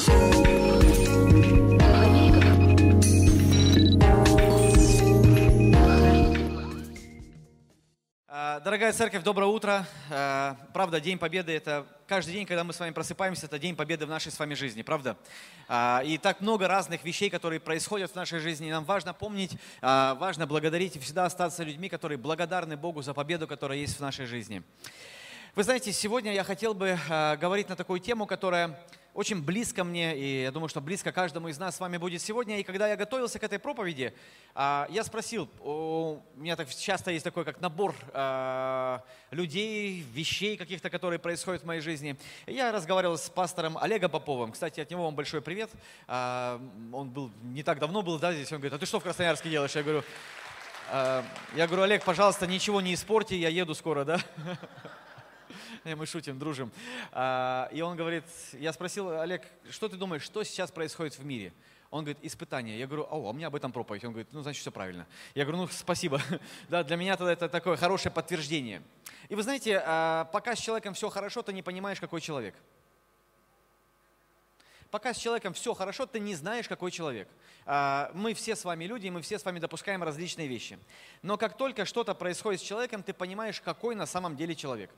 Дорогая церковь, доброе утро. Правда, День Победы – это каждый день, когда мы с вами просыпаемся, это День Победы в нашей с вами жизни, правда? И так много разных вещей, которые происходят в нашей жизни. И нам важно помнить, важно благодарить и всегда остаться людьми, которые благодарны Богу за победу, которая есть в нашей жизни. Вы знаете, сегодня я хотел бы говорить на такую тему, которая очень близко мне, и я думаю, что близко каждому из нас с вами будет сегодня. И когда я готовился к этой проповеди, я спросил, у меня так часто есть такой как набор людей, вещей каких-то, которые происходят в моей жизни. И я разговаривал с пастором Олегом Поповым. Кстати, от него вам большой привет. Он был не так давно был, да, здесь. Он говорит: а ты что в Красноярске делаешь? Я говорю: Олег, пожалуйста, ничего не испорти, я еду скоро, да? И мы шутим, дружим. И он говорит, я спросил: Олег, что ты думаешь, что сейчас происходит в мире? Он говорит: испытания. Я говорю: у меня об этом проповедь. Он говорит: ну, значит, все правильно. Я говорю: ну, спасибо. Да, для меня это такое хорошее подтверждение. И вы знаете, пока с человеком все хорошо, ты не понимаешь, какой человек. Пока с человеком все хорошо, ты не знаешь, какой человек. Мы все с вами люди, мы все с вами допускаем различные вещи. Но как только что-то происходит с человеком, ты понимаешь, какой на самом деле человек.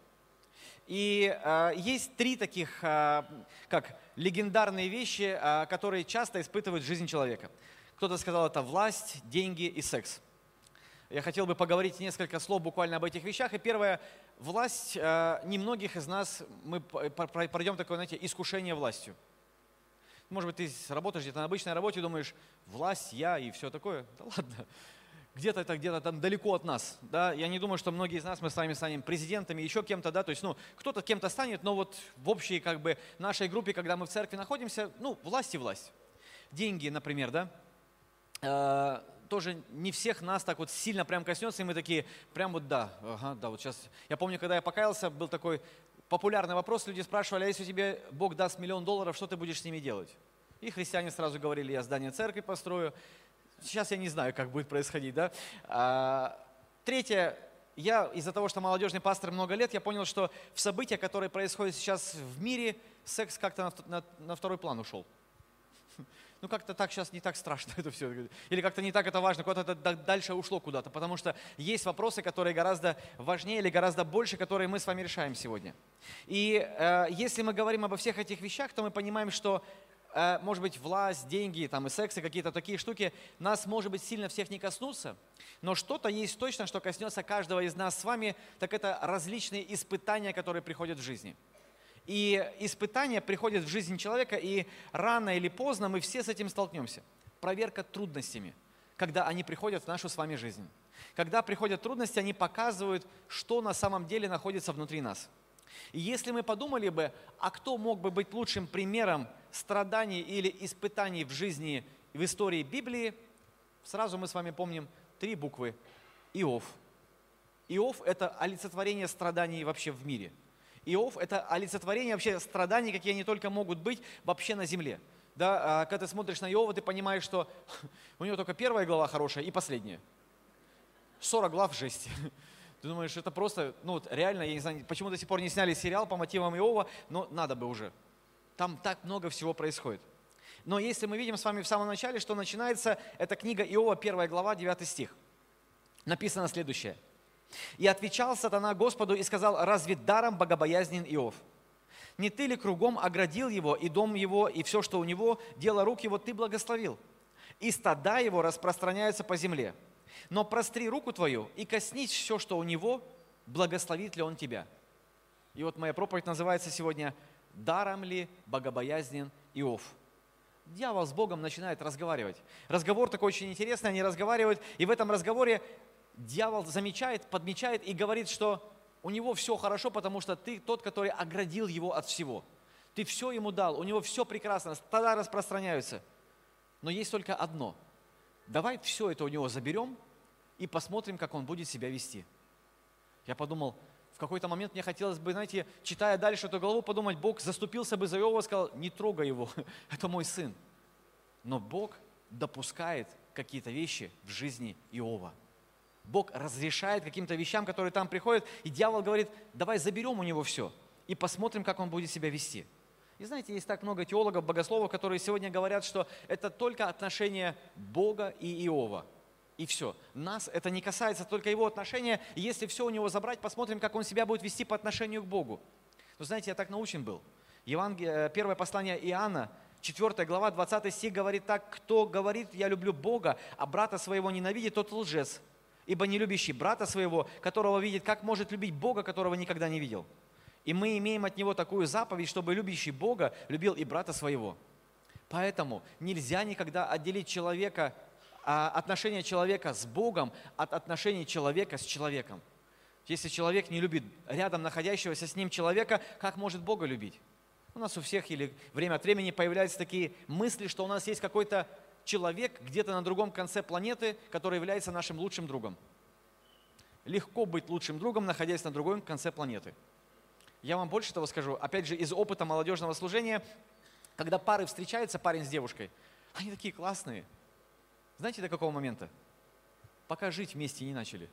И есть три таких, как легендарные вещи, которые часто испытывают жизнь человека. Кто-то сказал, это власть, деньги и секс. Я хотел бы поговорить несколько слов буквально об этих вещах. И первое, власть, немногих из нас, мы пройдем такое, знаете, искушение властью. Может быть, ты работаешь где-то на обычной работе, думаешь: власть, я и все такое. Да ладно. Где-то там далеко от нас, да, я не думаю, что многие из нас, мы с вами станем президентами, еще кем-то, да, то есть, кто-то кем-то станет, но вот в общей, нашей группе, когда мы в церкви находимся, власть и власть. Деньги, например, да, тоже не всех нас так вот сильно прям коснется, и мы такие, прям вот да, вот сейчас. Я помню, когда я покаялся, был такой популярный вопрос, люди спрашивали: а если тебе Бог даст $1 000 000, что ты будешь с ними делать? И христиане сразу говорили: я здание церкви построю. Сейчас я не знаю, как будет происходить, да. Третье, я из-за того, что молодежный пастор много лет, я понял, что в событиях, которые происходят сейчас в мире, секс как-то на второй план ушел. Как-то так сейчас не так страшно это все. Или как-то не так это важно, куда-то дальше ушло куда-то. Потому что есть вопросы, которые гораздо важнее или гораздо больше, которые мы с вами решаем сегодня. И если мы говорим обо всех этих вещах, то мы понимаем, что может быть, власть, деньги и секс, и какие-то такие штуки нас, может быть, сильно всех не коснутся, но что-то есть точно, что коснется каждого из нас с вами, так это различные испытания, которые приходят в жизни. И испытания приходят в жизнь человека, и рано или поздно мы все с этим столкнемся. Проверка трудностями, когда они приходят в нашу с вами жизнь. Когда приходят трудности, они показывают, что на самом деле находится внутри нас. И если мы подумали бы, а кто мог бы быть лучшим примером страданий или испытаний в жизни, в истории Библии, сразу мы с вами помним 3 буквы: Иов. Иов – это олицетворение страданий вообще в мире. Иов – это олицетворение вообще страданий, какие они только могут быть вообще на земле. Да, когда ты смотришь на Иова, ты понимаешь, что у него только 1 глава хорошая и последняя. 40 глав жести. Ты думаешь, это просто, реально, я не знаю, почему до сих пор не сняли сериал по мотивам Иова, но надо бы уже. Там так много всего происходит. Но если мы видим с вами в самом начале, что начинается, это книга Иова, 1 глава, 9 стих. Написано следующее. «И отвечал сатана Господу и сказал: разве даром богобоязнен Иов? Не ты ли кругом оградил его, и дом его, и все, что у него, дело рук его, ты благословил? И стада его распространяются по земле. Но простри руку твою и коснись все, что у него, благословит ли он тебя». И вот моя проповедь называется сегодня «Даром ли богобоязнен Иов?». Дьявол с Богом начинает разговаривать. Разговор такой очень интересный, они разговаривают, и в этом разговоре дьявол замечает, подмечает и говорит, что у него все хорошо, потому что ты тот, который оградил его от всего. Ты все ему дал, у него все прекрасно, стада распространяются. Но есть только одно. Давай все это у него заберем и посмотрим, как он будет себя вести. Я подумал, в какой-то момент мне хотелось бы, знаете, читая дальше эту главу, подумать, Бог заступился бы за Иова и сказал: не трогай его, это мой сын. Но Бог допускает какие-то вещи в жизни Иова. Бог разрешает каким-то вещам, которые там приходят, и дьявол говорит: давай заберем у него все и посмотрим, как он будет себя вести. И знаете, есть так много теологов, богословов, которые сегодня говорят, что это только отношения Бога и Иова. И все. Нас это не касается только его отношения. Если все у него забрать, посмотрим, как он себя будет вести по отношению к Богу. Но знаете, я так научен был. Первое послание Иоанна, 4 глава, 20 стих говорит так: «Кто говорит, я люблю Бога, а брата своего ненавидит, тот лжец. Ибо не любящий брата своего, которого видит, как может любить Бога, которого никогда не видел? И мы имеем от Него такую заповедь, чтобы любящий Бога любил и брата своего». Поэтому нельзя никогда отделить человека, отношения человека с Богом от отношений человека с человеком. Если человек не любит рядом находящегося с ним человека, как может Бога любить? У нас у всех или время от времени появляются такие мысли, что у нас есть какой-то человек где-то на другом конце планеты, который является нашим лучшим другом. Легко быть лучшим другом, находясь на другом конце планеты. Я вам больше того скажу, опять же, из опыта молодежного служения, когда пары встречаются, парень с девушкой, они такие классные. Знаете, до какого момента? Пока жить вместе не начали.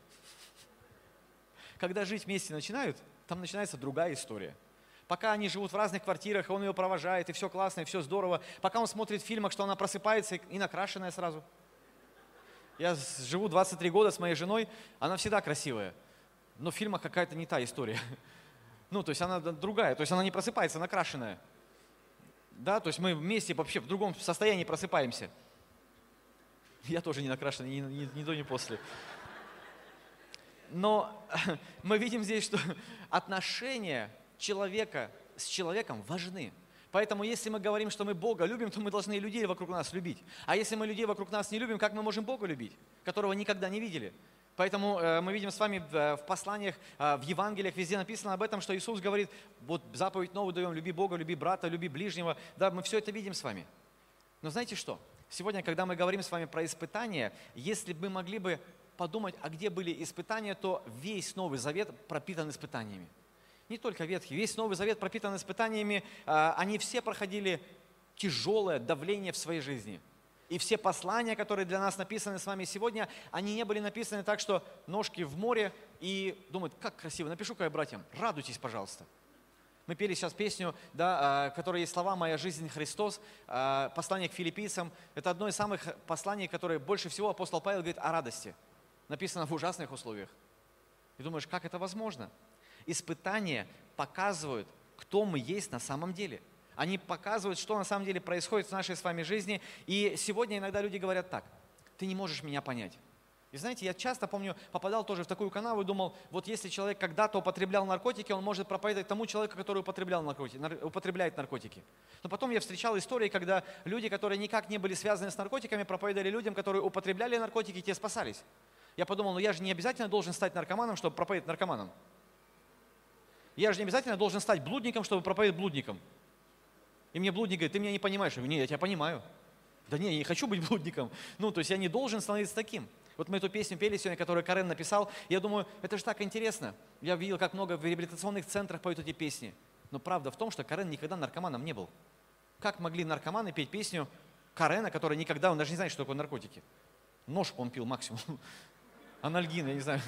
Когда жить вместе начинают, там начинается другая история. Пока они живут в разных квартирах, и он ее провожает, и все классно, и все здорово. Пока он смотрит в фильмах, что она просыпается и накрашенная сразу. Я живу 23 года с моей женой, она всегда красивая. Но в фильмах какая-то не та история. Ну, то есть она другая, то есть она не просыпается, накрашенная. Да, то есть мы вместе вообще в другом состоянии просыпаемся. Я тоже не накрашенный, ни до, ни после. Но мы видим здесь, что отношения человека с человеком важны. Поэтому если мы говорим, что мы Бога любим, то мы должны и людей вокруг нас любить. А если мы людей вокруг нас не любим, как мы можем Бога любить, которого никогда не видели? Поэтому мы видим с вами в посланиях, в Евангелиях, везде написано об этом, что Иисус говорит: вот заповедь новую даем, люби Бога, люби брата, люби ближнего. Да, мы все это видим с вами. Но знаете что? Сегодня, когда мы говорим с вами про испытания, если бы мы могли бы подумать, а где были испытания, то весь Новый Завет пропитан испытаниями. Не только Ветхий, весь Новый Завет пропитан испытаниями. Они все проходили тяжелое давление в своей жизни. И все послания, которые для нас написаны с вами сегодня, они не были написаны так, что ножки в море и думают: как красиво, напишу-ка я братьям, радуйтесь, пожалуйста. Мы пели сейчас песню, да, в которой есть слова «Моя жизнь Христос», послание к филиппийцам. Это одно из самых посланий, которые больше всего апостол Павел говорит о радости. Написано в ужасных условиях. И думаешь, как это возможно? Испытания показывают, кто мы есть на самом деле. Они показывают, что на самом деле происходит в нашей с вами жизни. И сегодня иногда люди говорят так: ты не можешь меня понять. И знаете, я часто, помню, попадал тоже в такую канаву и думал, вот если человек когда-то употреблял наркотики, он может проповедовать тому человеку, который употребляет наркотики. Но потом я встречал истории, когда люди, которые никак не были связаны с наркотиками, проповедовали людям, которые употребляли наркотики, и те спасались. Я подумал, ну я же не обязательно должен стать наркоманом, чтобы проповедовать наркоманам. Я же не обязательно должен стать блудником, чтобы проповедовать блудникам. И мне блудник говорит: ты меня не понимаешь. Я говорю: нет, я тебя понимаю. Да не, я не хочу быть блудником. Ну, то есть я не должен становиться таким. Вот мы эту песню пели сегодня, которую Карен написал. Я думаю, это же так интересно. Я видел, как много в реабилитационных центрах поют эти песни. Но правда в том, что Карен никогда наркоманом не был. Как могли наркоманы петь песню Карена, который никогда, он даже не знает, что такое наркотики. Нож он пил максимум. Анальгин, я не знаю.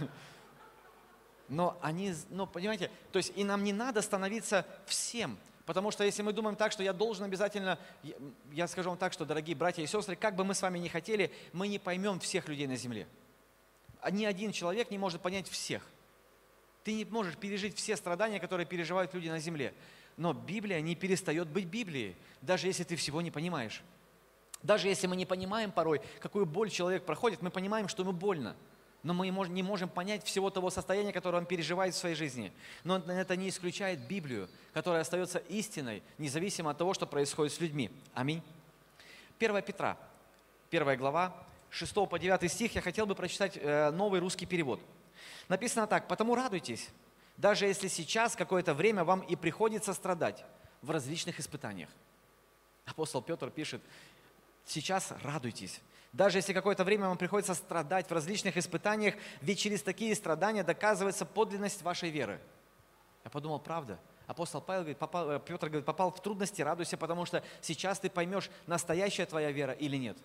Но понимаете, то есть и нам не надо становиться всем. Потому что если мы думаем так, что я должен обязательно, я скажу вам так, что, дорогие братья и сестры, как бы мы с вами ни хотели, мы не поймем всех людей на земле. Ни один человек не может понять всех. Ты не можешь пережить все страдания, которые переживают люди на земле. Но Библия не перестает быть Библией, даже если ты всего не понимаешь. Даже если мы не понимаем порой, какую боль человек проходит, мы понимаем, что ему больно. Но мы не можем понять всего того состояния, которое он переживает в своей жизни. Но это не исключает Библию, которая остается истиной, независимо от того, что происходит с людьми. Аминь. 1 Петра, 1 глава, 6 по 9 стих, я хотел бы прочитать новый русский перевод. Написано так: «Потому радуйтесь, даже если сейчас какое-то время вам и приходится страдать в различных испытаниях». Апостол Петр пишет: сейчас радуйтесь. Даже если какое-то время вам приходится страдать в различных испытаниях, ведь через такие страдания доказывается подлинность вашей веры. Я подумал, правда. Апостол Павел говорит, Петр говорит: попал в трудности, радуйся, потому что сейчас ты поймешь, настоящая твоя вера или нет.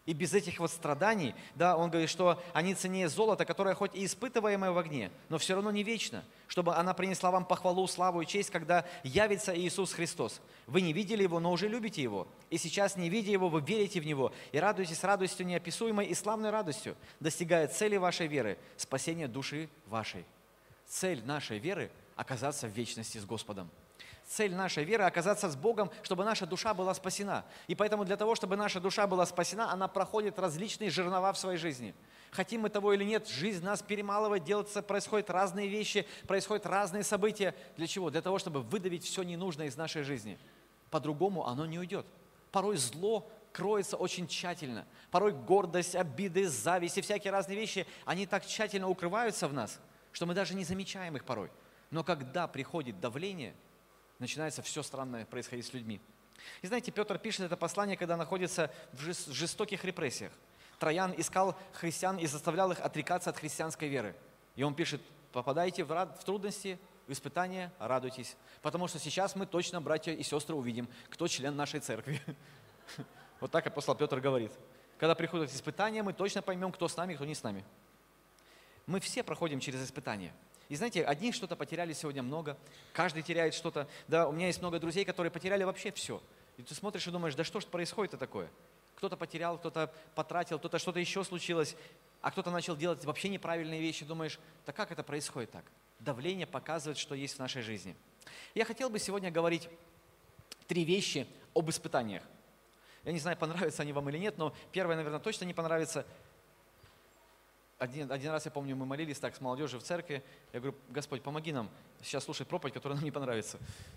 И без этих вот страданий, да, он говорит, что они ценнее золота, которое хоть и испытываемое в огне, но все равно не вечно, чтобы она принесла вам похвалу, славу и честь, когда явится Иисус Христос. Вы не видели Его, но уже любите Его. И сейчас, не видя Его, вы верите в Него и радуетесь радостью неописуемой и славной радостью, достигая цели вашей веры, спасения души вашей. Цель нашей веры – оказаться в вечности с Господом. Цель нашей веры – оказаться с Богом, чтобы наша душа была спасена. И поэтому для того, чтобы наша душа была спасена, она проходит различные жернова в своей жизни. Хотим мы того или нет, жизнь нас перемалывает, делается, происходят разные вещи, происходят разные события. Для чего? Для того, чтобы выдавить все ненужное из нашей жизни. По-другому оно не уйдет. Порой зло кроется очень тщательно. Порой гордость, обиды, зависть и всякие разные вещи, они так тщательно укрываются в нас, что мы даже не замечаем их порой. Но когда приходит давление, начинается все странное происходить с людьми. И знаете, Петр пишет это послание, когда находится в жестоких репрессиях. Троян искал христиан и заставлял их отрекаться от христианской веры. И он пишет: попадаете в трудности, в испытания, радуйтесь. Потому что сейчас мы точно, братья и сестры, увидим, кто член нашей церкви. Вот так апостол Петр говорит. Когда приходят испытания, мы точно поймем, кто с нами, кто не с нами. Мы все проходим через испытания. И знаете, одни что-то потеряли сегодня много, каждый теряет что-то. Да, у меня есть много друзей, которые потеряли вообще все. И ты смотришь и думаешь, да что ж происходит-то такое? Кто-то потерял, кто-то потратил, кто-то что-то еще случилось, а кто-то начал делать вообще неправильные вещи. Думаешь, да как это происходит так? Давление показывает, что есть в нашей жизни. Я хотел бы сегодня говорить 3 вещи об испытаниях. Я не знаю, понравятся они вам или нет, но первое, наверное, точно не понравится. Один раз, я помню, мы молились так с молодежью в церкви. Я говорю: Господь, помоги нам сейчас слушать проповедь, которая нам не понравится.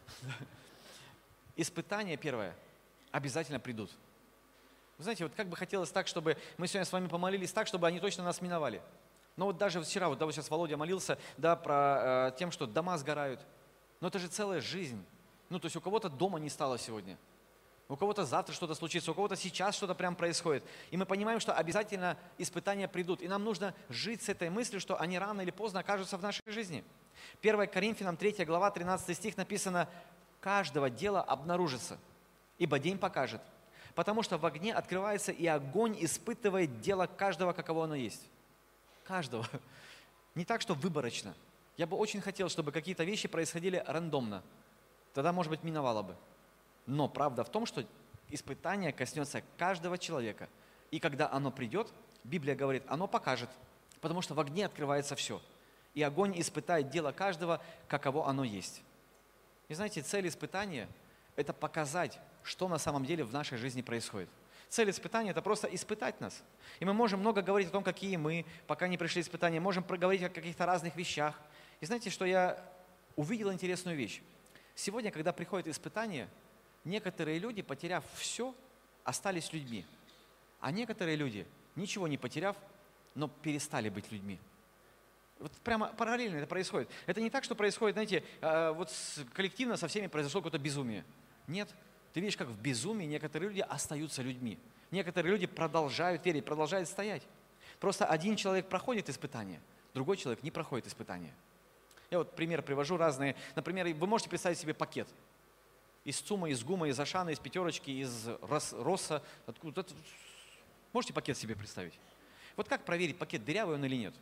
Испытания, первое, обязательно придут. Вы знаете, вот как бы хотелось так, чтобы мы сегодня с вами помолились так, чтобы они точно нас миновали. Но вот даже вчера, вот сейчас Володя молился, да, про тем, что дома сгорают. Но это же целая жизнь. Ну, то есть у кого-то дома не стало сегодня. У кого-то завтра что-то случится, у кого-то сейчас что-то прям происходит. И мы понимаем, что обязательно испытания придут. И нам нужно жить с этой мыслью, что они рано или поздно окажутся в нашей жизни. 1 Коринфянам 3 глава 13 стих написано: «Каждого дела обнаружится, ибо день покажет, потому что в огне открывается, и огонь испытывает дело каждого, каково оно есть». Каждого. Не так, что выборочно. Я бы очень хотел, чтобы какие-то вещи происходили рандомно. Тогда, может быть, миновало бы. Но правда в том, что испытание коснется каждого человека. И когда оно придет, Библия говорит, оно покажет. Потому что в огне открывается все. И огонь испытает дело каждого, каково оно есть. И знаете, цель испытания – это показать, что на самом деле в нашей жизни происходит. Цель испытания – это просто испытать нас. И мы можем много говорить о том, какие мы, пока не пришли испытания, можем проговорить о каких-то разных вещах. И знаете, что я увидел интересную вещь? Сегодня, когда приходит испытание, некоторые люди, потеряв все, остались людьми. А некоторые люди, ничего не потеряв, но перестали быть людьми. Вот прямо параллельно это происходит. Это не так, что происходит, знаете, вот коллективно со всеми произошло какое-то безумие. Нет. Ты видишь, как в безумии некоторые люди остаются людьми. Некоторые люди продолжают верить, продолжают стоять. Просто один человек проходит испытания, другой человек не проходит испытания. Я вот пример привожу разные. Например, вы можете представить себе пакет. Из ЦУМа, из ГУМа, из Ашана, из Пятерочки, из Росса. Откуда? Можете пакет себе представить? Вот как проверить, пакет дырявый он или нет?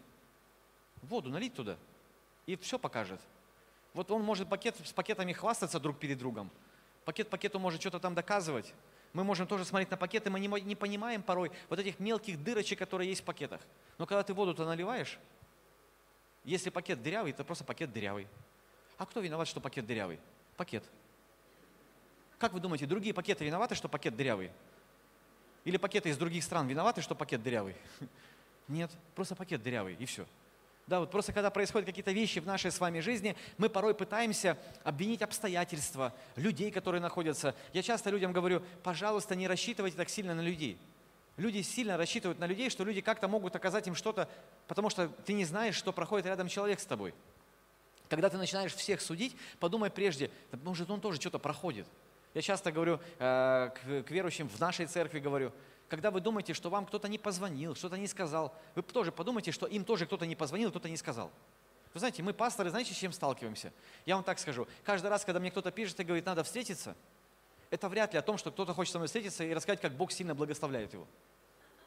Воду налить туда, и все покажет. Вот он может с пакетами хвастаться друг перед другом. Пакет пакету может что-то там доказывать. Мы можем тоже смотреть на пакеты, мы не понимаем порой вот этих мелких дырочек, которые есть в пакетах. Но когда ты воду-то наливаешь, если пакет дырявый, то просто пакет дырявый. А кто виноват, что пакет дырявый? Пакет. Как вы думаете, другие пакеты виноваты, что пакет дырявый? Или пакеты из других стран виноваты, что пакет дырявый? Нет, просто пакет дырявый, и все. Да, вот просто когда происходят какие-то вещи в нашей с вами жизни, мы порой пытаемся обвинить обстоятельства, людей, которые находятся. Я часто людям говорю, пожалуйста, не рассчитывайте так сильно на людей. Люди сильно рассчитывают на людей, что люди как-то могут оказать им что-то, потому что ты не знаешь, что проходит рядом человек с тобой. Когда ты начинаешь всех судить, подумай прежде, может, он тоже что-то проходит. Я часто говорю к верующим в нашей церкви, говорю, когда вы думаете, что вам кто-то не позвонил, что-то не сказал, вы тоже подумайте, что им тоже кто-то не позвонил, кто-то не сказал. Вы знаете, мы, пасторы, знаете, с чем сталкиваемся? Я вам так скажу. Каждый раз, когда мне кто-то пишет и говорит, надо встретиться, это вряд ли о том, что кто-то хочет со мной встретиться и рассказать, как Бог сильно благословляет его.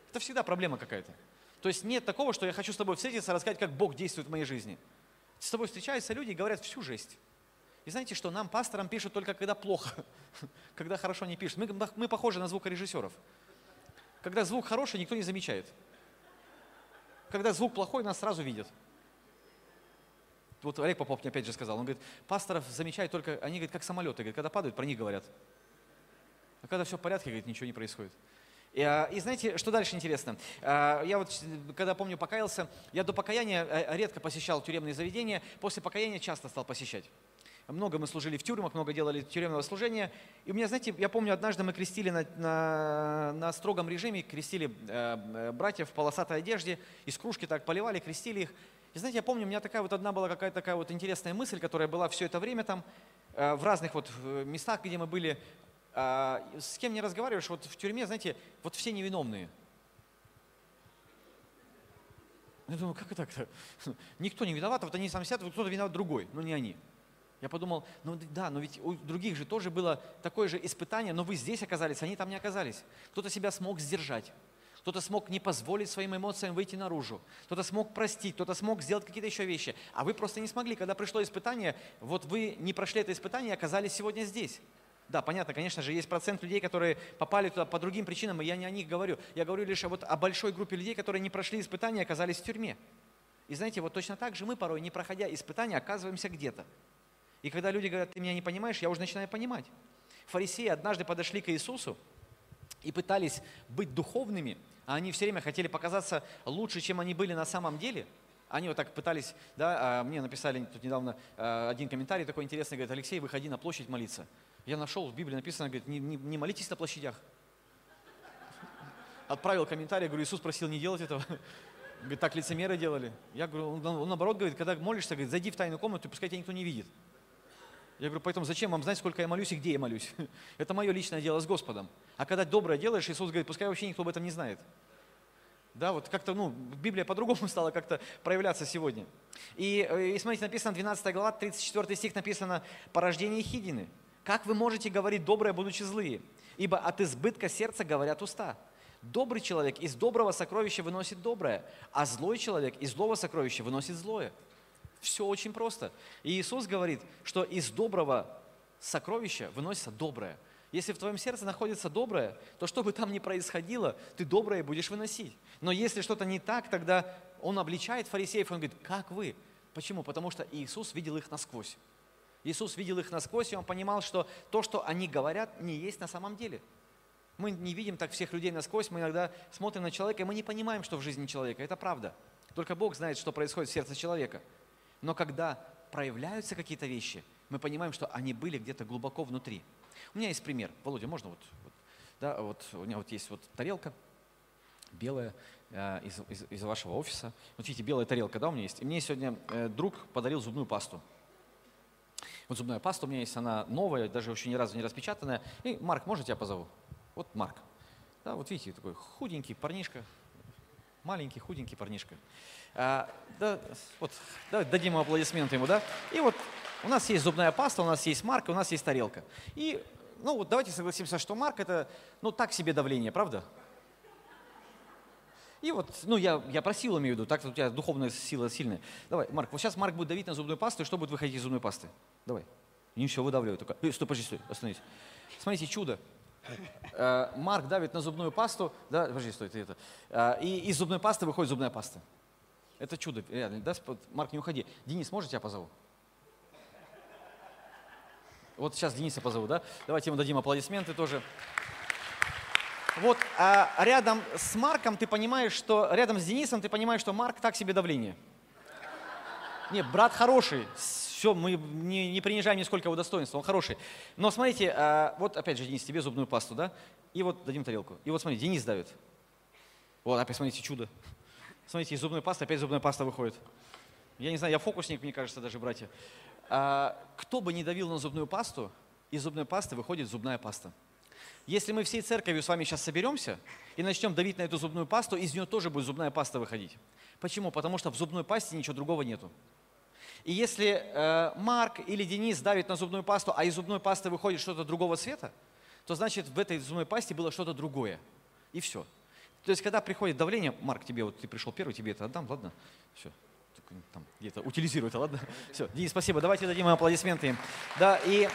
Это всегда проблема какая-то. То есть нет такого, что я хочу с тобой встретиться, рассказать, как Бог действует в моей жизни. С тобой встречаются люди и говорят всю жесть. И знаете, что нам, пасторам, пишут только когда плохо, когда хорошо не пишут. Мы похожи на звукорежиссеров. Когда звук хороший, никто не замечает. Когда звук плохой, нас сразу видят. Вот Олег Попов мне опять же сказал, он говорит, пасторов замечают только, они говорят, как самолеты, говорит, когда падают, про них говорят. А когда все в порядке, говорит, ничего не происходит. И знаете, что дальше интересно? Я вот, когда помню, покаялся, я до покаяния редко посещал тюремные заведения, после покаяния часто стал посещать. Много мы служили в тюрьмах, много делали тюремного служения. И у меня, знаете, я помню, однажды мы крестили на строгом режиме, крестили братьев в полосатой одежде, из кружки так поливали, крестили их. И знаете, я помню, у меня такая вот одна была какая-то такая вот интересная мысль, которая была все это время там, в разных вот местах, где мы были. С кем не разговариваешь, вот в тюрьме, знаете, вот все невиновные. Я думаю, как это так-то? Никто не виноват, вот они сам сидят, вот кто-то виноват другой, но не они. Я подумал, ну да, но ведь у других же тоже было такое же испытание, но вы здесь оказались, они там не оказались. Кто-то себя смог сдержать. Кто-то смог не позволить своим эмоциям выйти наружу. Кто-то смог простить, кто-то смог сделать какие-то еще вещи. А вы просто не смогли. Когда пришло испытание, вот вы не прошли это испытание и оказались сегодня здесь. Да, понятно, конечно же, есть процент людей, которые попали туда по другим причинам, и я не о них говорю. Я говорю лишь о большой группе людей, которые не прошли испытания и оказались в тюрьме. И знаете, вот точно так же мы порой, не проходя испытания, оказываемся где-то. И когда люди говорят, ты меня не понимаешь, я уже начинаю понимать. Фарисеи однажды подошли к Иисусу и пытались быть духовными, а они все время хотели показаться лучше, чем они были на самом деле. Они вот так пытались, да, мне написали тут недавно один комментарий такой интересный, говорит, Алексей, выходи на площадь молиться. Я нашел, в Библии написано, говорит, не молитесь на площадях. Отправил комментарий, говорю, Иисус просил не делать этого. Говорит, так лицемеры делали. Я говорю, он наоборот говорит, когда молишься, говорит, зайди в тайную комнату, и пускай тебя никто не видит. Я говорю, поэтому зачем вам знать, сколько я молюсь и где я молюсь? Это мое личное дело с Господом. А когда доброе делаешь, Иисус говорит, пускай вообще никто об этом не знает. Да, вот как-то, Библия по-другому стала как-то проявляться сегодня. И смотрите, написано, 12 глава, 34 стих написано, порождение хидины. Как вы можете говорить доброе, будучи злые? Ибо от избытка сердца говорят уста. Добрый человек из доброго сокровища выносит доброе, а злой человек из злого сокровища выносит злое. Все очень просто. И Иисус говорит, что из доброго сокровища выносится доброе. Если в твоем сердце находится доброе, то что бы там ни происходило, ты доброе будешь выносить. Но если что-то не так, тогда он обличает фарисеев, он говорит, как вы? Почему? Потому что Иисус видел их насквозь. Иисус видел их насквозь, и он понимал, что то, что они говорят, не есть на самом деле. Мы не видим так всех людей насквозь, мы иногда смотрим на человека, и мы не понимаем, что в жизни человека. Это правда. Только Бог знает, что происходит в сердце человека. Но когда проявляются какие-то вещи, мы понимаем, что они были где-то глубоко внутри. У меня есть пример. Володя, можно у меня вот есть вот тарелка белая из вашего офиса. Вот видите, белая тарелка, да, у меня есть. И мне сегодня друг подарил зубную пасту. Вот зубная паста у меня есть, она новая, даже еще ни разу не распечатанная. И, Марк, можно тебя позову? Вот Марк. Да, вот видите, такой худенький парнишка. Маленький, худенький парнишка. Дадим аплодисменты ему, да? И вот у нас есть зубная паста, у нас есть Марк, у нас есть тарелка. И, давайте согласимся, что Марк это, так себе давление, правда? И вот, я про силу имею в виду, так у тебя духовная сила сильная. Давай, Марк, вот сейчас Марк будет давить на зубную пасту, и что будет выходить из зубной пасты? Давай. Не все выдавливает только. Стой, подожди, остановись. Смотрите, чудо. Марк давит на зубную пасту, да, подожди, стой, ты это. И из зубной пасты выходит зубная паста. Это чудо, реально, да? Марк, не уходи. Денис, может, я позову? Вот сейчас Дениса позову, да? Давайте ему дадим аплодисменты тоже. Вот, а рядом с Марком ты понимаешь, что, рядом с Денисом ты понимаешь, что Марк так себе давление. Нет, брат хороший, все, мы не принижаем нисколько его достоинства, он хороший. Но смотрите, вот опять же, Денис, тебе зубную пасту, да? И вот дадим тарелку. И вот смотри, Денис давит. Вот, опять смотрите, чудо. Смотрите, из зубной пасты опять зубная паста выходит. Я не знаю, я фокусник, мне кажется, даже, братья. Кто бы ни давил на зубную пасту, из зубной пасты выходит зубная паста. Если мы всей церковью с вами сейчас соберемся и начнем давить на эту зубную пасту, из нее тоже будет зубная паста выходить. Почему? Потому что в зубной пасте ничего другого нету. И если Марк или Денис давит на зубную пасту, а из зубной пасты выходит что-то другого цвета, то значит в этой зубной пасте было что-то другое. И все. То есть, когда приходит давление, Марк, тебе вот ты пришел первый, тебе это отдам, ладно? Все, там где-то утилизируй это, ладно? Все, Денис, спасибо, давайте дадим им аплодисменты. Да, и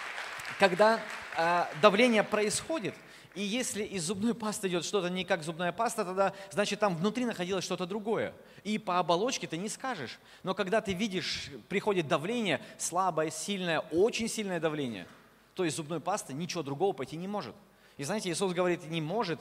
когда давление происходит, и если из зубной пасты идет что-то не как зубная паста, тогда значит там внутри находилось что-то другое. И по оболочке ты не скажешь. Но когда ты видишь, приходит давление, слабое, сильное, очень сильное давление, то из зубной пасты ничего другого пойти не может. И знаете, Иисус говорит, не может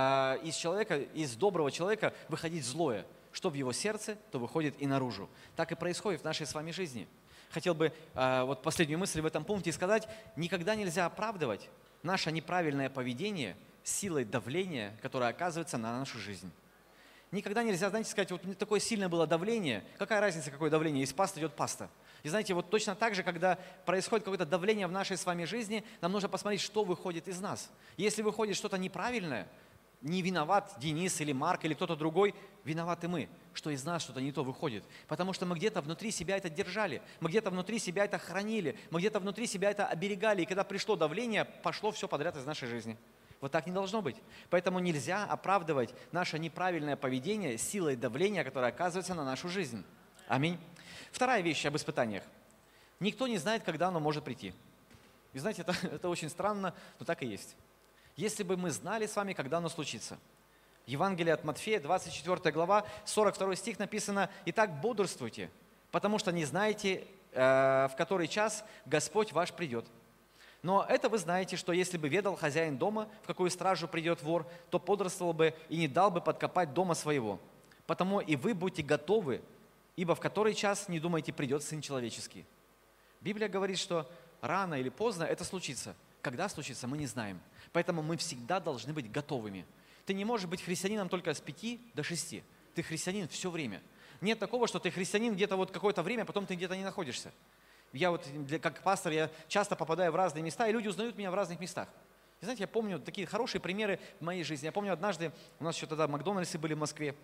из человека, из доброго человека выходить злое. Что в его сердце, то выходит и наружу. Так и происходит в нашей с вами жизни. Хотел бы вот последнюю мысль в этом пункте сказать. Никогда нельзя оправдывать наше неправильное поведение силой давления, которое оказывается на нашу жизнь. Никогда нельзя, знаете, сказать, вот такое сильное было давление. Какая разница, какое давление? Из пасты идет паста. И знаете, вот точно так же, когда происходит какое-то давление в нашей с вами жизни, нам нужно посмотреть, что выходит из нас. Если выходит что-то неправильное, не виноват Денис или Марк или кто-то другой, виноваты мы, что из нас что-то не то выходит. Потому что мы где-то внутри себя это держали, мы где-то внутри себя это хранили, мы где-то внутри себя это оберегали. И когда пришло давление, пошло все подряд из нашей жизни. Вот так не должно быть. Поэтому нельзя оправдывать наше неправильное поведение силой давления, которое оказывается на нашу жизнь. Аминь. Вторая вещь об испытаниях. Никто не знает, когда оно может прийти. И знаете, это очень странно, но так и есть. Если бы мы знали с вами, когда оно случится. Евангелие от Матфея, 24 глава, 42 стих написано: «Итак, бодрствуйте, потому что не знаете, в который час Господь ваш придет. Но это вы знаете, что если бы ведал хозяин дома, в какую стражу придет вор, то бодрствовал бы и не дал бы подкопать дома своего. Потому и вы будьте готовы, ибо в который час, не думайте, придет Сын Человеческий». Библия говорит, что рано или поздно это случится. Когда случится, мы не знаем. Поэтому мы всегда должны быть готовыми. Ты не можешь быть христианином только с 5 до 6. Ты христианин все время. Нет такого, что ты христианин где-то вот какое-то время, а потом ты где-то не находишься. Я вот, как пастор, я часто попадаю в разные места, и люди узнают меня в разных местах. И знаете, я помню такие хорошие примеры в моей жизни. Я помню однажды, у нас еще тогда Макдональдсы были в Москве.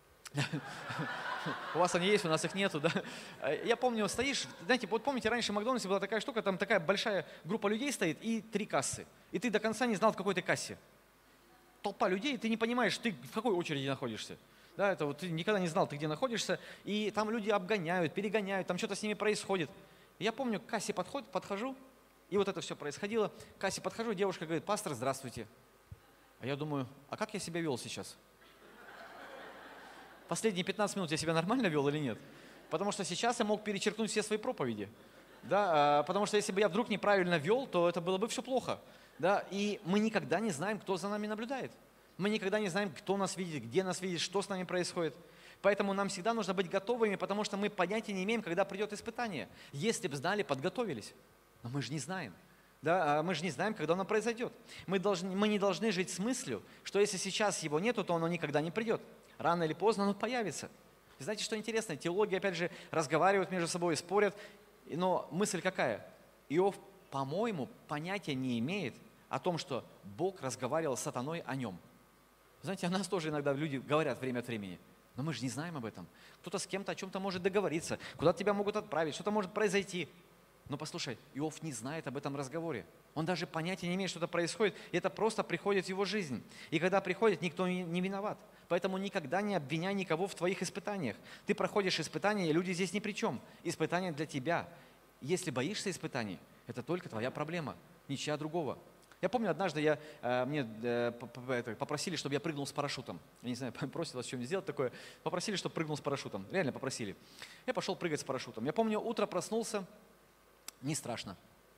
У вас они есть, у нас их нету, да? Я помню, стоишь, знаете, вот помните, раньше в Макдональдсе была такая штука, там такая большая группа людей стоит и 3 кассы. И ты до конца не знал, в какой ты кассе. Толпа людей, ты не понимаешь, ты в какой очереди находишься. Да, это вот ты никогда не знал, ты где находишься, и там люди обгоняют, перегоняют, там что-то с ними происходит. И я помню, к кассе подхожу, и вот это все происходило. К кассе подхожу, девушка говорит: «Пастор, здравствуйте». А я думаю, а как я себя вел сейчас? Последние 15 минут я себя нормально вел или нет? Потому что сейчас я мог перечеркнуть все свои проповеди. Да, потому что если бы я вдруг неправильно вел, то это было бы все плохо. Да, и мы никогда не знаем, кто за нами наблюдает. Мы никогда не знаем, кто нас видит, где нас видит, что с нами происходит. Поэтому нам всегда нужно быть готовыми, потому что мы понятия не имеем, когда придет испытание. Если бы знали, подготовились. Но мы же не знаем. Да, мы же не знаем, когда оно произойдет. Мы не должны жить с мыслью, что если сейчас его нету, то оно никогда не придет. Рано или поздно оно появится. И знаете, что интересно? Теологи, опять же, разговаривают между собой, спорят. Но мысль какая? Иов, по-моему, понятия не имеет о том, что Бог разговаривал с сатаной о нем. Знаете, о нас тоже иногда люди говорят время от времени. Но мы же не знаем об этом. Кто-то с кем-то о чем-то может договориться, куда-то тебя могут отправить, что-то может произойти. Но послушай, Иов не знает об этом разговоре. Он даже понятия не имеет, что это происходит. И это просто приходит в его жизнь. И когда приходит, никто не виноват. Поэтому никогда не обвиняй никого в твоих испытаниях. Ты проходишь испытания, и люди здесь ни при чем. Испытания для тебя. Если боишься испытаний, это только твоя проблема, ничья другого. Я помню, однажды мне попросили, чтобы я прыгнул с парашютом. Я не знаю, просил вас что-нибудь сделать такое. Попросили, чтобы прыгнул с парашютом. Реально попросили. Я пошел прыгать с парашютом. Я помню, утро проснулся, не страшно.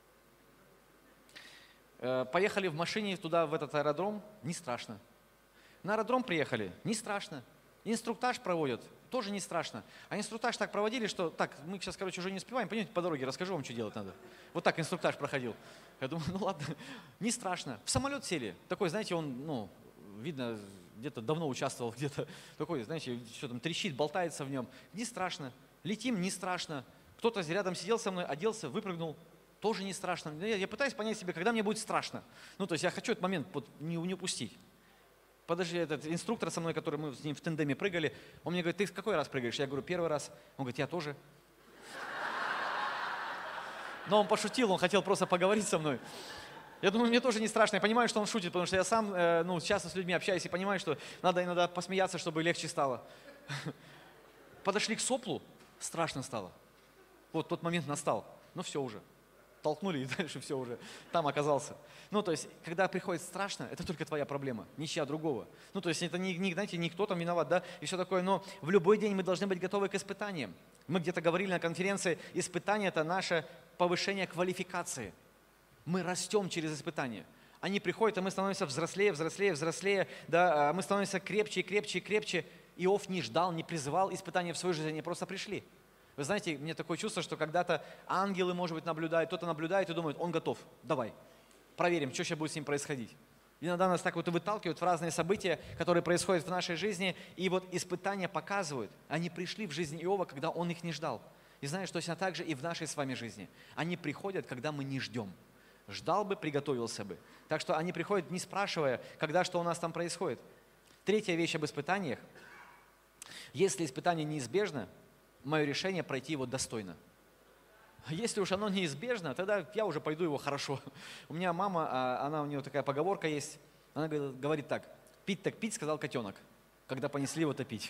Поехали в машине туда, в этот аэродром, не страшно. На аэродром приехали, не страшно. Инструктаж проводят, тоже не страшно. А инструктаж так проводили, что так, мы сейчас, уже не успеваем, пойдемте по дороге, расскажу вам, что делать надо. Вот так инструктаж проходил. Я думаю, ну ладно, не страшно. В самолет сели. Такой, знаете, он, видно, где-то давно участвовал, где-то такой, знаете, что там трещит, болтается в нем. Не страшно. Летим, не страшно. Кто-то рядом сидел со мной, оделся, выпрыгнул. Тоже не страшно. Я пытаюсь понять себе, когда мне будет страшно. То есть я хочу этот момент не упустить. Подожди, этот инструктор со мной, который мы с ним в тандеме прыгали, он мне говорит: ты какой раз прыгаешь? Я говорю: 1 раз. Он говорит: я тоже. Но он пошутил, он хотел просто поговорить со мной. Я думаю, мне тоже не страшно. Я понимаю, что он шутит, потому что я сам часто с людьми общаюсь и понимаю, что надо иногда посмеяться, чтобы легче стало. Подошли к соплу, страшно стало. Вот тот момент настал. Ну все уже. Толкнули, и дальше все уже. Там оказался. То есть, когда приходит страшно, это только твоя проблема, ничья другого. То есть, это знаете, никто там виноват, да, и все такое. Но в любой день мы должны быть готовы к испытаниям. Мы где-то говорили на конференции, испытание – это наше повышение квалификации. Мы растем через испытания. Они приходят, и мы становимся взрослее, да, мы становимся крепче. Иов не ждал, не призывал испытания в свою жизнь, они просто пришли. Вы знаете, мне такое чувство, что когда-то ангелы, может быть, наблюдают, кто-то наблюдает и думает, он готов, давай, проверим, что сейчас будет с ним происходить. Иногда нас так вот и выталкивают в разные события, которые происходят в нашей жизни, и вот испытания показывают, они пришли в жизнь Иова, когда он их не ждал. И знаешь, точно так же и в нашей с вами жизни. Они приходят, когда мы не ждем. Ждал бы, приготовился бы. Так что они приходят, не спрашивая, когда что у нас там происходит. Третья вещь об испытаниях. Если испытание неизбежно, мое решение пройти его достойно. Если уж оно неизбежно, тогда я уже пойду его хорошо. У меня мама, у нее такая поговорка есть, она говорит так, пить так пить, сказал котенок, когда понесли его топить.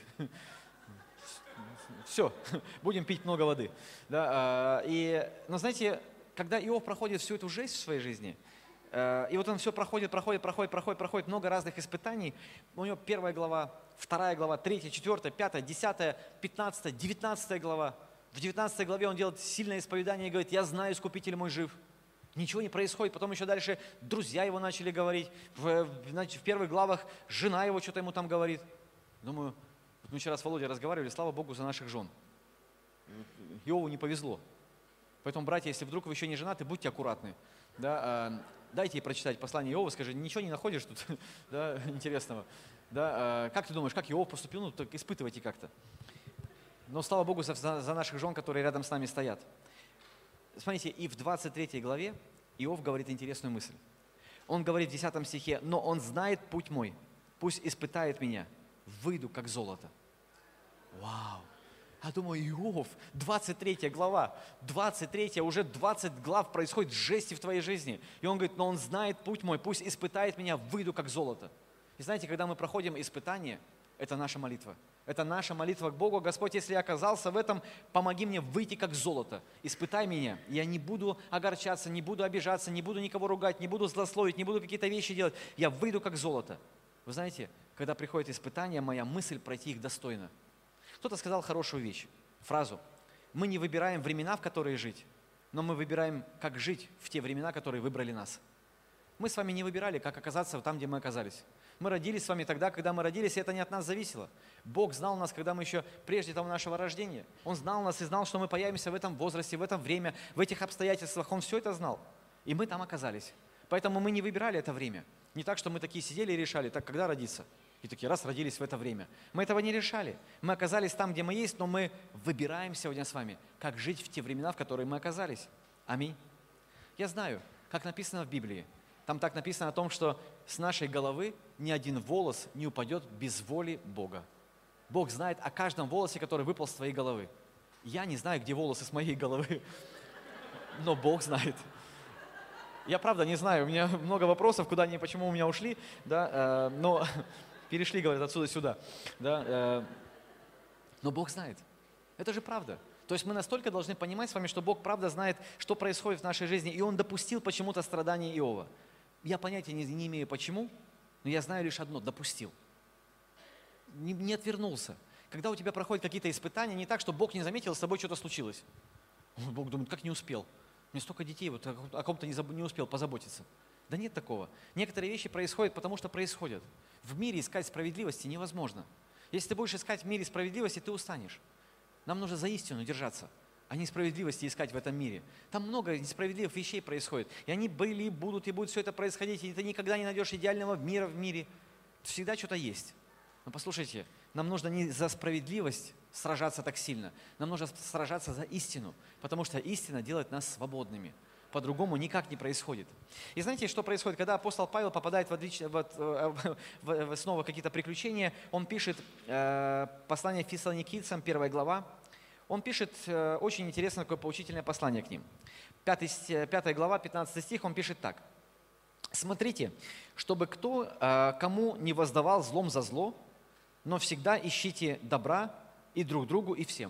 Все, будем пить много воды. Да, но знаете, когда Иов проходит всю эту жизнь в своей жизни, и вот он все проходит, много разных испытаний. У него 1 глава, 2 глава, 3, 4, 5, 10, 15, 19 глава. В 19 главе он делает сильное исповедание и говорит, я знаю, Искупитель мой жив. Ничего не происходит. Потом еще дальше друзья его начали говорить. В первых главах жена его что-то ему там говорит. Думаю, вот мы вчера с Володей разговаривали, слава Богу за наших жен. Иову не повезло. Поэтому, братья, если вдруг вы еще не женаты, будьте аккуратны. Да, дайте ей прочитать послание Иова, скажи, ничего не находишь тут да, интересного. Да, как ты думаешь, как Иов поступил? Так испытывайте как-то. Но слава Богу за наших жен, которые рядом с нами стоят. Смотрите, и в 23 главе Иов говорит интересную мысль. Он говорит в 10 стихе, но он знает путь мой, пусть испытает меня, выйду как золото. Вау! Я думаю, Иов, 23 глава, 23, уже 20 глав происходит жести в твоей жизни. И он говорит, но он знает путь мой, пусть испытает меня, выйду как золото. И знаете, когда мы проходим испытание, это наша молитва. Это наша молитва к Богу. Господь, если я оказался в этом, помоги мне выйти как золото. Испытай меня. Я не буду огорчаться, не буду обижаться, не буду никого ругать, не буду злословить, не буду какие-то вещи делать. Я выйду как золото. Вы знаете, когда приходит испытание, моя мысль пройти их достойно. Кто-то сказал хорошую вещь, фразу. Мы не выбираем времена, в которые жить, но мы выбираем, как жить в те времена, которые выбрали нас. Мы с вами не выбирали, как оказаться там, где мы оказались. Мы родились с вами тогда, когда мы родились, и это не от нас зависело. Бог знал нас, когда мы еще прежде того нашего рождения. Он знал нас и знал, что мы появимся в этом возрасте, в это время, в этих обстоятельствах. Он все это знал. И мы там оказались. Поэтому мы не выбирали это время. Не так, что мы такие сидели и решали, так, когда родиться? И такие, раз, родились в это время. Мы этого не решали. Мы оказались там, где мы есть, но мы выбираем сегодня с вами, как жить в те времена, в которые мы оказались. Аминь. Я знаю, как написано в Библии. Там так написано о том, что с нашей головы ни один волос не упадет без воли Бога. Бог знает о каждом волосе, который выпал с твоей головы. Я не знаю, где волосы с моей головы, но Бог знает. Я правда не знаю, у меня много вопросов, куда они, почему у меня ушли, да, но перешли, говорят, отсюда сюда. Да, но Бог знает. Это же правда. То есть мы настолько должны понимать с вами, что Бог правда знает, что происходит в нашей жизни, и Он допустил почему-то страдания Иова. Я понятия не имею почему, но я знаю лишь одно – допустил. Не отвернулся. Когда у тебя проходят какие-то испытания, не так, что Бог не заметил, с тобой что-то случилось. Бог думает, как не успел? У меня столько детей, вот о ком-то не успел позаботиться. Да нет такого. Некоторые вещи происходят, потому что происходят. В мире искать справедливости невозможно. Если ты будешь искать в мире справедливости, ты устанешь. Нам нужно за истину держаться, а не справедливости искать в этом мире. Там много несправедливых вещей происходит. И они были, и будут все это происходить. И ты никогда не найдешь идеального мира в мире. Всегда что-то есть. Но послушайте, нам нужно не за справедливость сражаться так сильно. Нам нужно сражаться за истину, потому что истина делает нас свободными. По-другому никак не происходит. И знаете, что происходит? Когда апостол Павел попадает снова в какие-то приключения, он пишет послание Фессалоникийцам, 1 глава. Он пишет очень интересное такое поучительное послание к ним. 5 глава, 15 стих, он пишет так. Смотрите, чтобы кто кому не воздавал злом за зло, но всегда ищите добра и друг другу, и всем.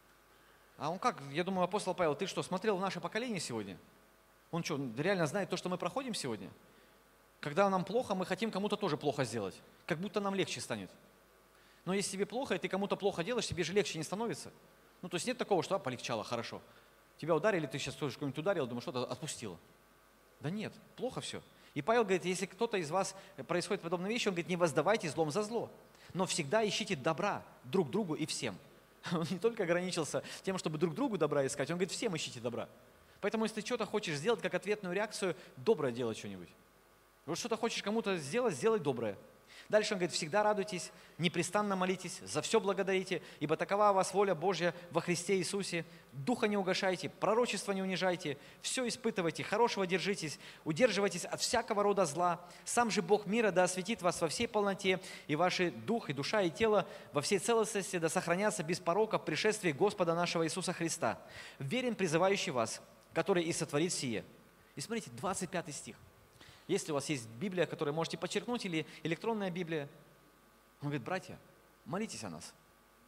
А он как? Я думаю, апостол Павел, ты что, смотрел в наше поколение сегодня? Он что, реально знает то, что мы проходим сегодня? Когда нам плохо, мы хотим кому-то тоже плохо сделать. Как будто нам легче станет. Но если тебе плохо, и ты кому-то плохо делаешь, тебе же легче не становится. Ну, то есть нет такого, что полегчало, хорошо. Тебя ударили, ты сейчас тоже кого-нибудь ударил, думаешь, что-то отпустило. Да нет, плохо все. И Павел говорит, если кто-то из вас происходит подобные вещи, он говорит, не воздавайте злом за зло, но всегда ищите добра друг другу и всем. Он не только ограничился тем, чтобы друг другу добра искать, он говорит, всем ищите добра. Поэтому, если ты что-то хочешь сделать, как ответную реакцию, доброе делать что-нибудь. Вот что-то хочешь кому-то сделать, сделай доброе. Дальше он говорит, всегда радуйтесь, непрестанно молитесь, за все благодарите, ибо такова у вас воля Божья во Христе Иисусе. Духа не угашайте, пророчества не унижайте, все испытывайте, хорошего держитесь, удерживайтесь от всякого рода зла. Сам же Бог мира да осветит вас во всей полноте, и ваши дух, и душа, и тело во всей целостности да сохранятся без порока в пришествии Господа нашего Иисуса Христа. Верен призывающий вас, который и сотворит сие. И смотрите, 25 стих. Если у вас есть Библия, которую можете подчеркнуть, или электронная Библия, он говорит, братья, молитесь о нас.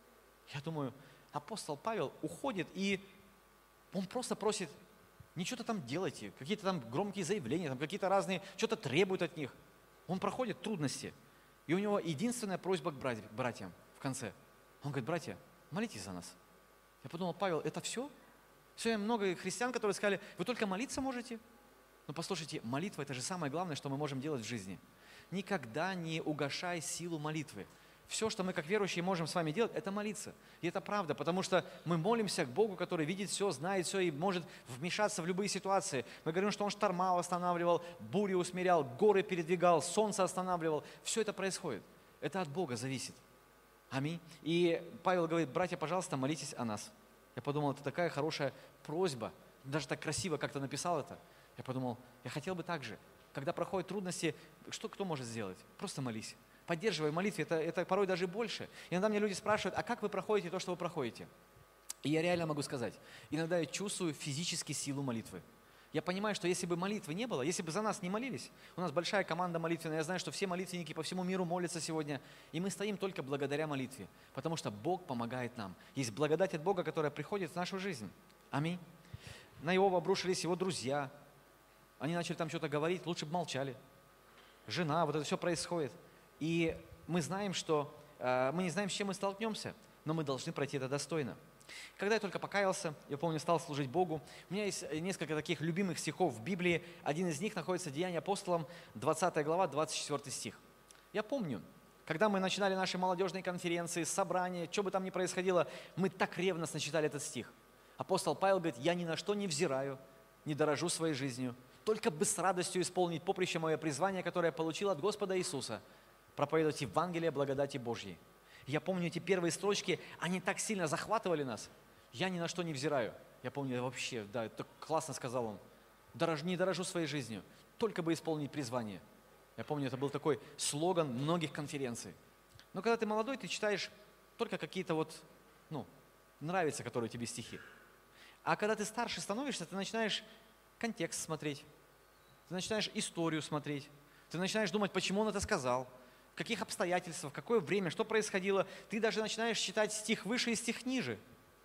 Я думаю, апостол Павел уходит, и он просто просит, не что-то там делайте, какие-то там громкие заявления, там какие-то разные, что-то требует от них. Он проходит трудности, и у него единственная просьба к братьям в конце. Он говорит, братья, молитесь за нас. Я подумал, Павел, это все? Сегодня много христиан, которые сказали, вы только молиться можете? Но послушайте, молитва – это же самое главное, что мы можем делать в жизни. Никогда не угашай силу молитвы. Все, что мы как верующие можем с вами делать, это молиться. И это правда, потому что мы молимся к Богу, который видит все, знает все и может вмешаться в любые ситуации. Мы говорим, что Он шторма останавливал, бури усмирял, горы передвигал, солнце останавливал. Все это происходит. Это от Бога зависит. Аминь. И Павел говорит, братья, пожалуйста, молитесь о нас. Я подумал, это такая хорошая просьба. Даже так красиво как-то написал это. Я подумал, я хотел бы так же. Когда проходят трудности, кто может сделать? Просто молись. Поддерживай в молитве, это порой даже больше. Иногда мне люди спрашивают, а как вы проходите то, что вы проходите? И я реально могу сказать, иногда я чувствую физически силу молитвы. Я понимаю, что если бы молитвы не было, если бы за нас не молились, у нас большая команда молитвенная, я знаю, что все молитвенники по всему миру молятся сегодня, и мы стоим только благодаря молитве, потому что Бог помогает нам. Есть благодать от Бога, которая приходит в нашу жизнь. Аминь. На Иова обрушились его друзья, они начали там что-то говорить, лучше бы молчали. Жена, вот это все происходит. И мы знаем, что мы не знаем, с чем мы столкнемся, но мы должны пройти это достойно. Когда я только покаялся, я помню, стал служить Богу, у меня есть несколько таких любимых стихов в Библии. Один из них находится в Деяниях апостолам, 20 глава, 24 стих. Я помню, когда мы начинали наши молодежные конференции, собрания, что бы там ни происходило, мы так ревностно читали этот стих. Апостол Павел говорит, я ни на что не взираю, не дорожу своей жизнью, только бы с радостью исполнить поприще мое призвание, которое я получил от Господа Иисуса, проповедовать Евангелие благодати Божьей. Я помню эти первые строчки, они так сильно захватывали нас. Я ни на что не взираю. Я помню, вообще, да, это классно сказал он. Не дорожу своей жизнью, только бы исполнить призвание. Я помню, это был такой слоган многих конференций. Но когда ты молодой, ты читаешь только какие-то нравятся, которые тебе стихи. А когда ты старше становишься, ты начинаешь контекст смотреть, ты начинаешь историю смотреть, ты начинаешь думать, почему он это сказал, в каких обстоятельствах, какое время, что происходило. Ты даже начинаешь читать стих выше и стих ниже.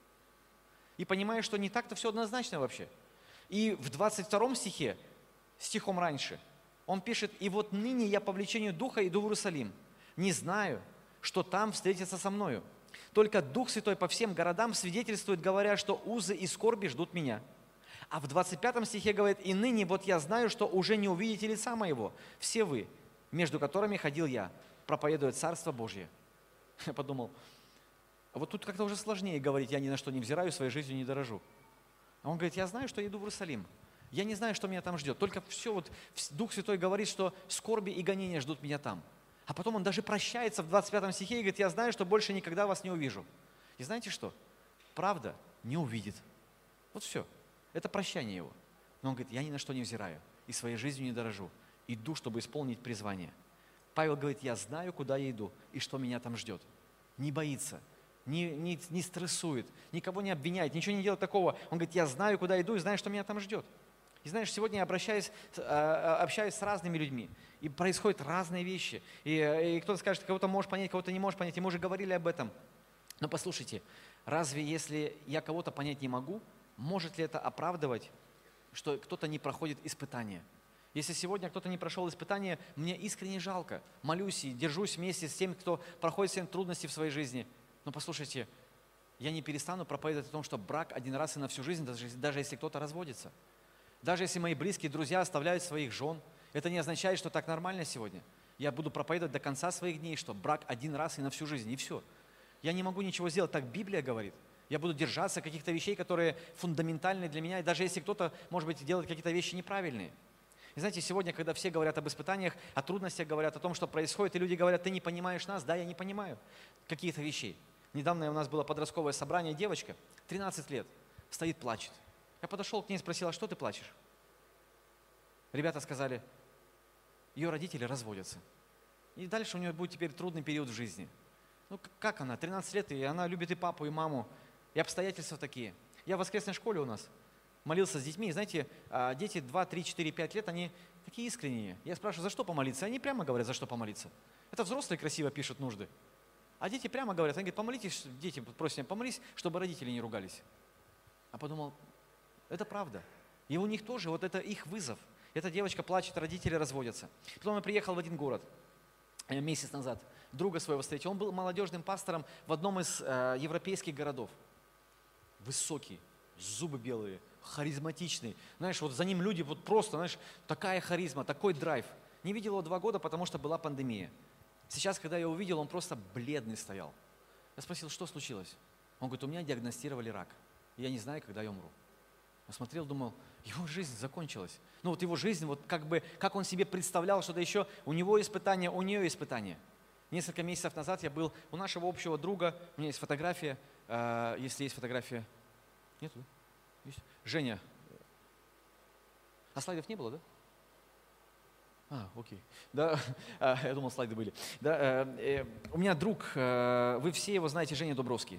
И понимаешь, что не так-то все однозначно вообще. И в 22 стихе, стихом раньше, он пишет, «И вот ныне я по влечению Духа иду в Иерусалим, не знаю, что там встретится со мною. Только Дух Святой по всем городам свидетельствует, говоря, что узы и скорби ждут меня». А в 25 стихе говорит, «И ныне вот я знаю, что уже не увидите лица моего, все вы, между которыми ходил я, проповедуя Царство Божье». Я подумал, а вот тут как-то уже сложнее говорить, я ни на что не взираю, своей жизнью не дорожу. А он говорит, я знаю, что я иду в Иерусалим. Я не знаю, что меня там ждет. Только все, Дух Святой говорит, что скорби и гонения ждут меня там. А потом он даже прощается в 25 стихе и говорит, я знаю, что больше никогда вас не увижу. И знаете что? Правда не увидит. Вот все. Это прощание его. Но он говорит, я ни на что не взираю и своей жизнью не дорожу. Иду, чтобы исполнить призвание. Павел говорит, я знаю, куда я иду и что меня там ждет. Не боится, не стрессует, никого не обвиняет, ничего не делает такого. Он говорит, я знаю, куда иду и знаю, что меня там ждет. И знаешь, сегодня я общаюсь с разными людьми, и происходят разные вещи. И кто-то скажет, кого-то можешь понять, кого-то не можешь понять, и мы уже говорили об этом. Но послушайте, разве если я кого-то понять не могу, может ли это оправдывать, что кто-то не проходит испытания? Если сегодня кто-то не прошел испытания, мне искренне жалко. Молюсь и держусь вместе с теми, кто проходит все трудности в своей жизни. Но послушайте, я не перестану проповедовать о том, что брак один раз и на всю жизнь, даже если кто-то разводится. Даже если мои близкие друзья оставляют своих жен, это не означает, что так нормально сегодня. Я буду проповедовать до конца своих дней, что брак один раз и на всю жизнь, и все. Я не могу ничего сделать, так Библия говорит. Я буду держаться каких-то вещей, которые фундаментальны для меня, и даже если кто-то, может быть, делает какие-то вещи неправильные. И знаете, сегодня, когда все говорят об испытаниях, о трудностях, говорят о том, что происходит, и люди говорят, ты не понимаешь нас, да, я не понимаю каких-то вещей. Недавно у нас было подростковое собрание, девочка, 13 лет, стоит, плачет. Я подошел к ней и спросил, а что ты плачешь? Ребята сказали, ее родители разводятся. И дальше у нее будет теперь трудный период в жизни. Ну как она, 13 лет, и она любит и папу, и маму, и обстоятельства такие. Я в воскресной школе у нас молился с детьми, и знаете, дети 2, 3, 4, 5 лет, они такие искренние. Я спрашиваю, за что помолиться? Они прямо говорят, за что помолиться. Это взрослые красиво пишут нужды. А дети прямо говорят, они говорят, помолитесь, дети просят меня, помолись, чтобы родители не ругались. А подумал, это правда. И у них тоже, вот это их вызов. Эта девочка плачет, родители разводятся. Потом я приехал в один город месяц назад, друга своего встретил. Он был молодежным пастором в одном из европейских городов. Высокий, зубы белые, харизматичный. Знаешь, вот за ним люди вот просто, знаешь, такая харизма, такой драйв. Не видел его 2 года, потому что была пандемия. Сейчас, когда я увидел, он просто бледный стоял. Я спросил, что случилось? Он говорит, у меня диагностировали рак. Я не знаю, когда я умру. Я смотрел, думал, его жизнь закончилась. Ну вот его жизнь, вот как бы, как он себе представлял что-то еще, у него испытания, у нее испытания. Несколько месяцев назад я был у нашего общего друга, у меня есть фотография, если есть фотография. Нету? Есть? Женя. А слайдов не было, да? Окей. Да, я думал, слайды были. Да, у меня друг, вы все его знаете, Женя Дубровский.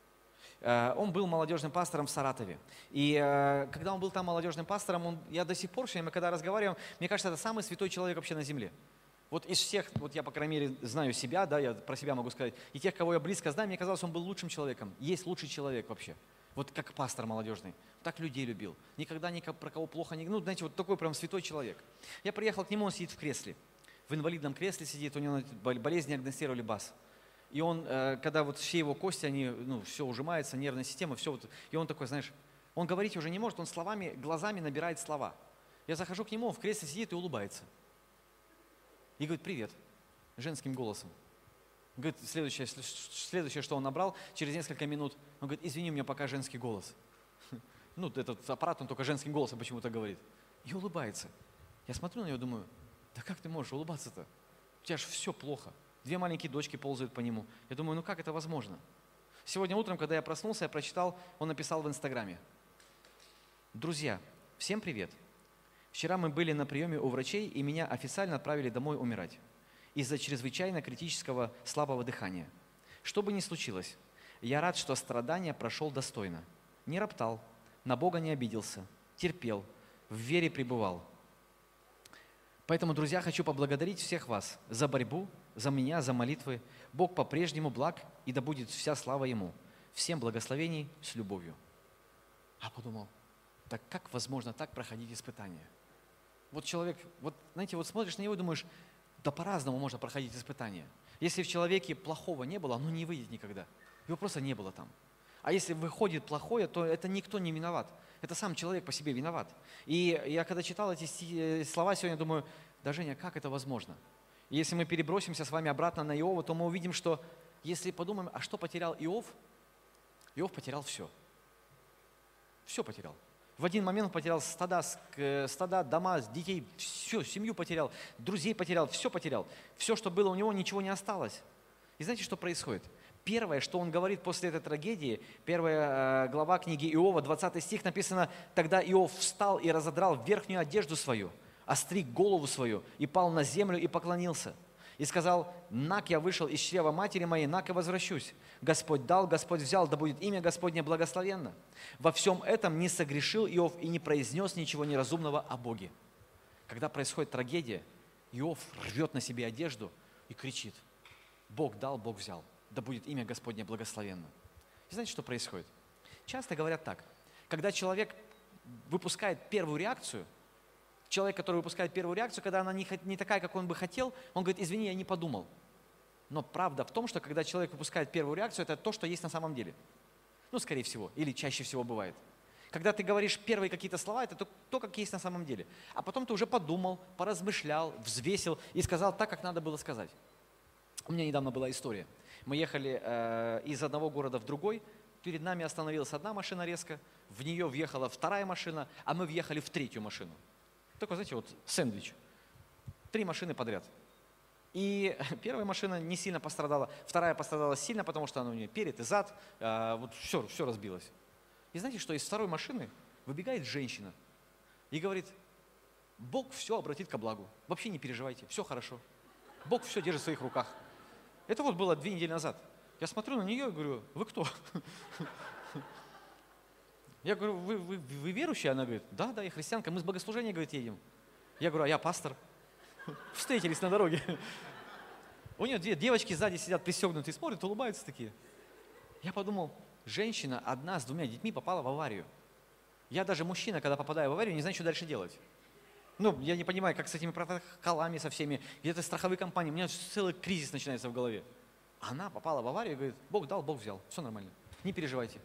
Он был молодежным пастором в Саратове. И когда он был там молодежным пастором, я до сих пор, когда разговариваем, мне кажется, это самый святой человек вообще на земле. Вот из всех, вот я, по крайней мере, знаю себя, да, я про себя могу сказать, и тех, кого я близко знаю, мне казалось, он был лучшим человеком. Есть лучший человек вообще. Вот как пастор молодежный. Так людей любил. Никогда ни про кого плохо не... Ну, знаете, вот такой прям святой человек. Я приехал к нему, он сидит в кресле. В инвалидном кресле сидит, у него болезнь диагностировали БАС. И он, когда вот все его кости, они, все ужимается, нервная система, все вот, и он такой, знаешь, он говорить уже не может, он словами, глазами набирает слова. Я захожу к нему, он в кресле сидит и улыбается. И говорит, привет, женским голосом. Говорит, следующее, что он набрал, через несколько минут, он говорит, извини, у меня пока женский голос. Ну, этот аппарат, он только женским голосом почему-то говорит. И улыбается. Я смотрю на него, думаю, да как ты можешь улыбаться-то? У тебя же все плохо. 2 маленькие дочки ползают по нему. Я думаю, ну как это возможно? Сегодня утром, когда я проснулся, я прочитал, он написал в Инстаграме. Друзья, всем привет. Вчера мы были на приеме у врачей, и меня официально отправили домой умирать из-за чрезвычайно критического слабого дыхания. Что бы ни случилось, я рад, что страдания прошел достойно. Не роптал, на Бога не обиделся, терпел, в вере пребывал. Поэтому, друзья, хочу поблагодарить всех вас за борьбу, за меня, за молитвы. Бог по-прежнему благ, и да будет вся слава Ему. Всем благословений с любовью. А подумал, так как возможно так проходить испытания? Вот человек, вот знаете, вот смотришь на него и думаешь, да по-разному можно проходить испытания. Если в человеке плохого не было, оно не выйдет никогда. Его просто не было там. А если выходит плохое, то это никто не виноват. Это сам человек по себе виноват. И я когда читал эти слова сегодня, думаю, да, Женя, как это возможно? И если мы перебросимся с вами обратно на Иова, то мы увидим, что если подумаем, а что потерял Иов? Иов потерял все. Все потерял. В один момент он потерял стада, дома, детей, все, семью потерял, друзей потерял, все потерял. Все, что было у него, ничего не осталось. И знаете, что происходит? Первое, что он говорит после этой трагедии, 1 глава книги Иова, 20 стих написано, «Тогда Иов встал и разодрал верхнюю одежду свою, остриг голову свою и пал на землю и поклонился». И сказал: «Нак я вышел из чрева матери моей, нак и возвращусь. Господь дал, Господь взял, да будет имя Господне благословенно». Во всем этом не согрешил Иов и не произнес ничего неразумного о Боге. Когда происходит трагедия, Иов рвет на себе одежду и кричит: «Бог дал, Бог взял, да будет имя Господне благословенно». И знаете, что происходит? Часто говорят так: когда человек выпускает первую реакцию, человек, который выпускает первую реакцию, когда она не такая, как он бы хотел, он говорит: «Извини, я не подумал». Но правда в том, что когда человек выпускает первую реакцию, это то, что есть на самом деле. Ну, скорее всего, или чаще всего бывает. Когда ты говоришь первые какие-то слова, это то, как есть на самом деле. А потом ты уже подумал, поразмышлял, взвесил и сказал так, как надо было сказать. У меня недавно была история. Мы ехали из одного города в другой, перед нами остановилась одна машина резко, в нее въехала вторая машина, а мы въехали в третью машину. Такой, знаете, вот сэндвич. 3 машины подряд. И первая машина не сильно пострадала, вторая пострадала сильно, потому что она у нее перед и зад, вот все разбилось. И знаете, что из второй машины выбегает женщина и говорит: «Бог все обратит ко благу, вообще не переживайте, все хорошо. Бог все держит в своих руках». Это вот было 2 недели назад. Я смотрю на нее и говорю: «Вы кто?» Я говорю: вы верующая? Она говорит: да, я христианка, мы с богослужения, говорит, едем. Я говорю: а я пастор. Встретились на дороге. У нее 2 девочки сзади сидят пристегнутые, смотрят, улыбаются такие. Я подумал: женщина одна с 2 детьми попала в аварию. Я даже мужчина, когда попадаю в аварию, не знаю, что дальше делать. Ну, я не понимаю, как с этими протоколами, со всеми, где-то страховые компании. У меня целый кризис начинается в голове. Она попала в аварию и говорит: Бог дал, Бог взял, все нормально, не переживайте.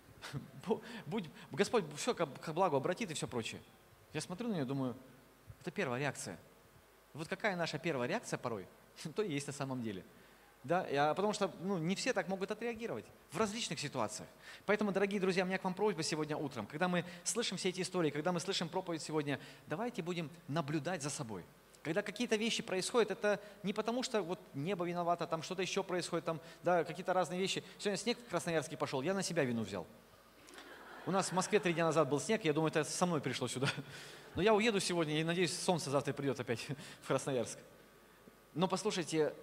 Господь все ко благу обратит и все прочее. Я смотрю на нее, думаю, это первая реакция. Вот какая наша первая реакция порой, то и есть на самом деле. Да? Потому что не все так могут отреагировать в различных ситуациях. Поэтому, дорогие друзья, у меня к вам просьба сегодня утром, когда мы слышим все эти истории, когда мы слышим проповедь сегодня, давайте будем наблюдать за собой. Когда какие-то вещи происходят, это не потому, что вот небо виновато, там что-то еще происходит, там, да, какие-то разные вещи. Сегодня снег в Красноярске пошел, я на себя вину взял. У нас в Москве 3 дня назад был снег, я думаю, это со мной пришло сюда. Но я уеду сегодня и надеюсь, солнце завтра придет опять в Красноярск. Но послушайте,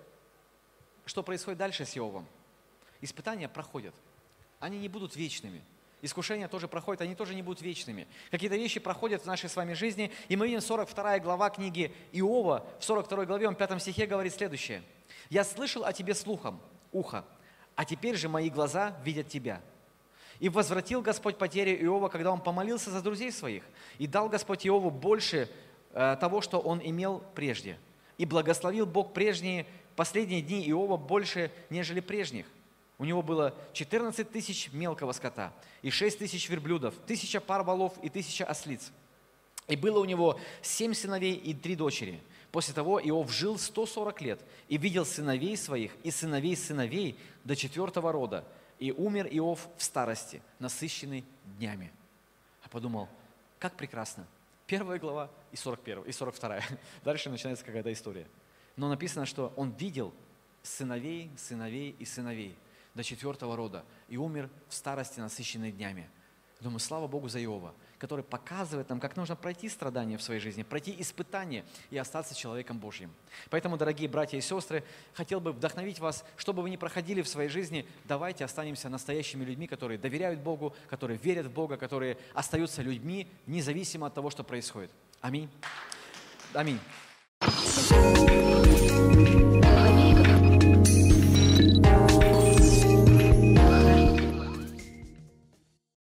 что происходит дальше с Иовом. Испытания проходят, они не будут вечными. Искушения тоже проходят, они тоже не будут вечными. Какие-то вещи проходят в нашей с вами жизни, и мы видим 42 глава книги Иова, в 42 главе, он в 5 стихе говорит следующее. «Я слышал о тебе слухом, ухо, а теперь же мои глаза видят тебя. И возвратил Господь потерю Иова, когда он помолился за друзей своих, и дал Господь Иову больше того, что он имел прежде. И благословил Бог последние дни Иова больше, нежели прежних. У него было 14 тысяч мелкого скота, и 6 тысяч верблюдов, 1000 пар волов и 1000 ослиц. И было у него 7 сыновей и 3 дочери. После того Иов жил 140 лет, и видел сыновей своих и сыновей сыновей до 4-го рода. И умер Иов в старости, насыщенный днями». Я подумал, как прекрасно. 1 глава и 41, и 42. Дальше начинается какая-то история. Но написано, что он видел сыновей, сыновей и сыновей до 4-го рода и умер в старости, насыщенной днями. Думаю, слава Богу за Иова, который показывает нам, как нужно пройти страдания в своей жизни, пройти испытания и остаться человеком Божьим. Поэтому, дорогие братья и сестры, хотел бы вдохновить вас, что бы вы ни проходили в своей жизни, давайте останемся настоящими людьми, которые доверяют Богу, которые верят в Бога, которые остаются людьми, независимо от того, что происходит. Аминь. Аминь.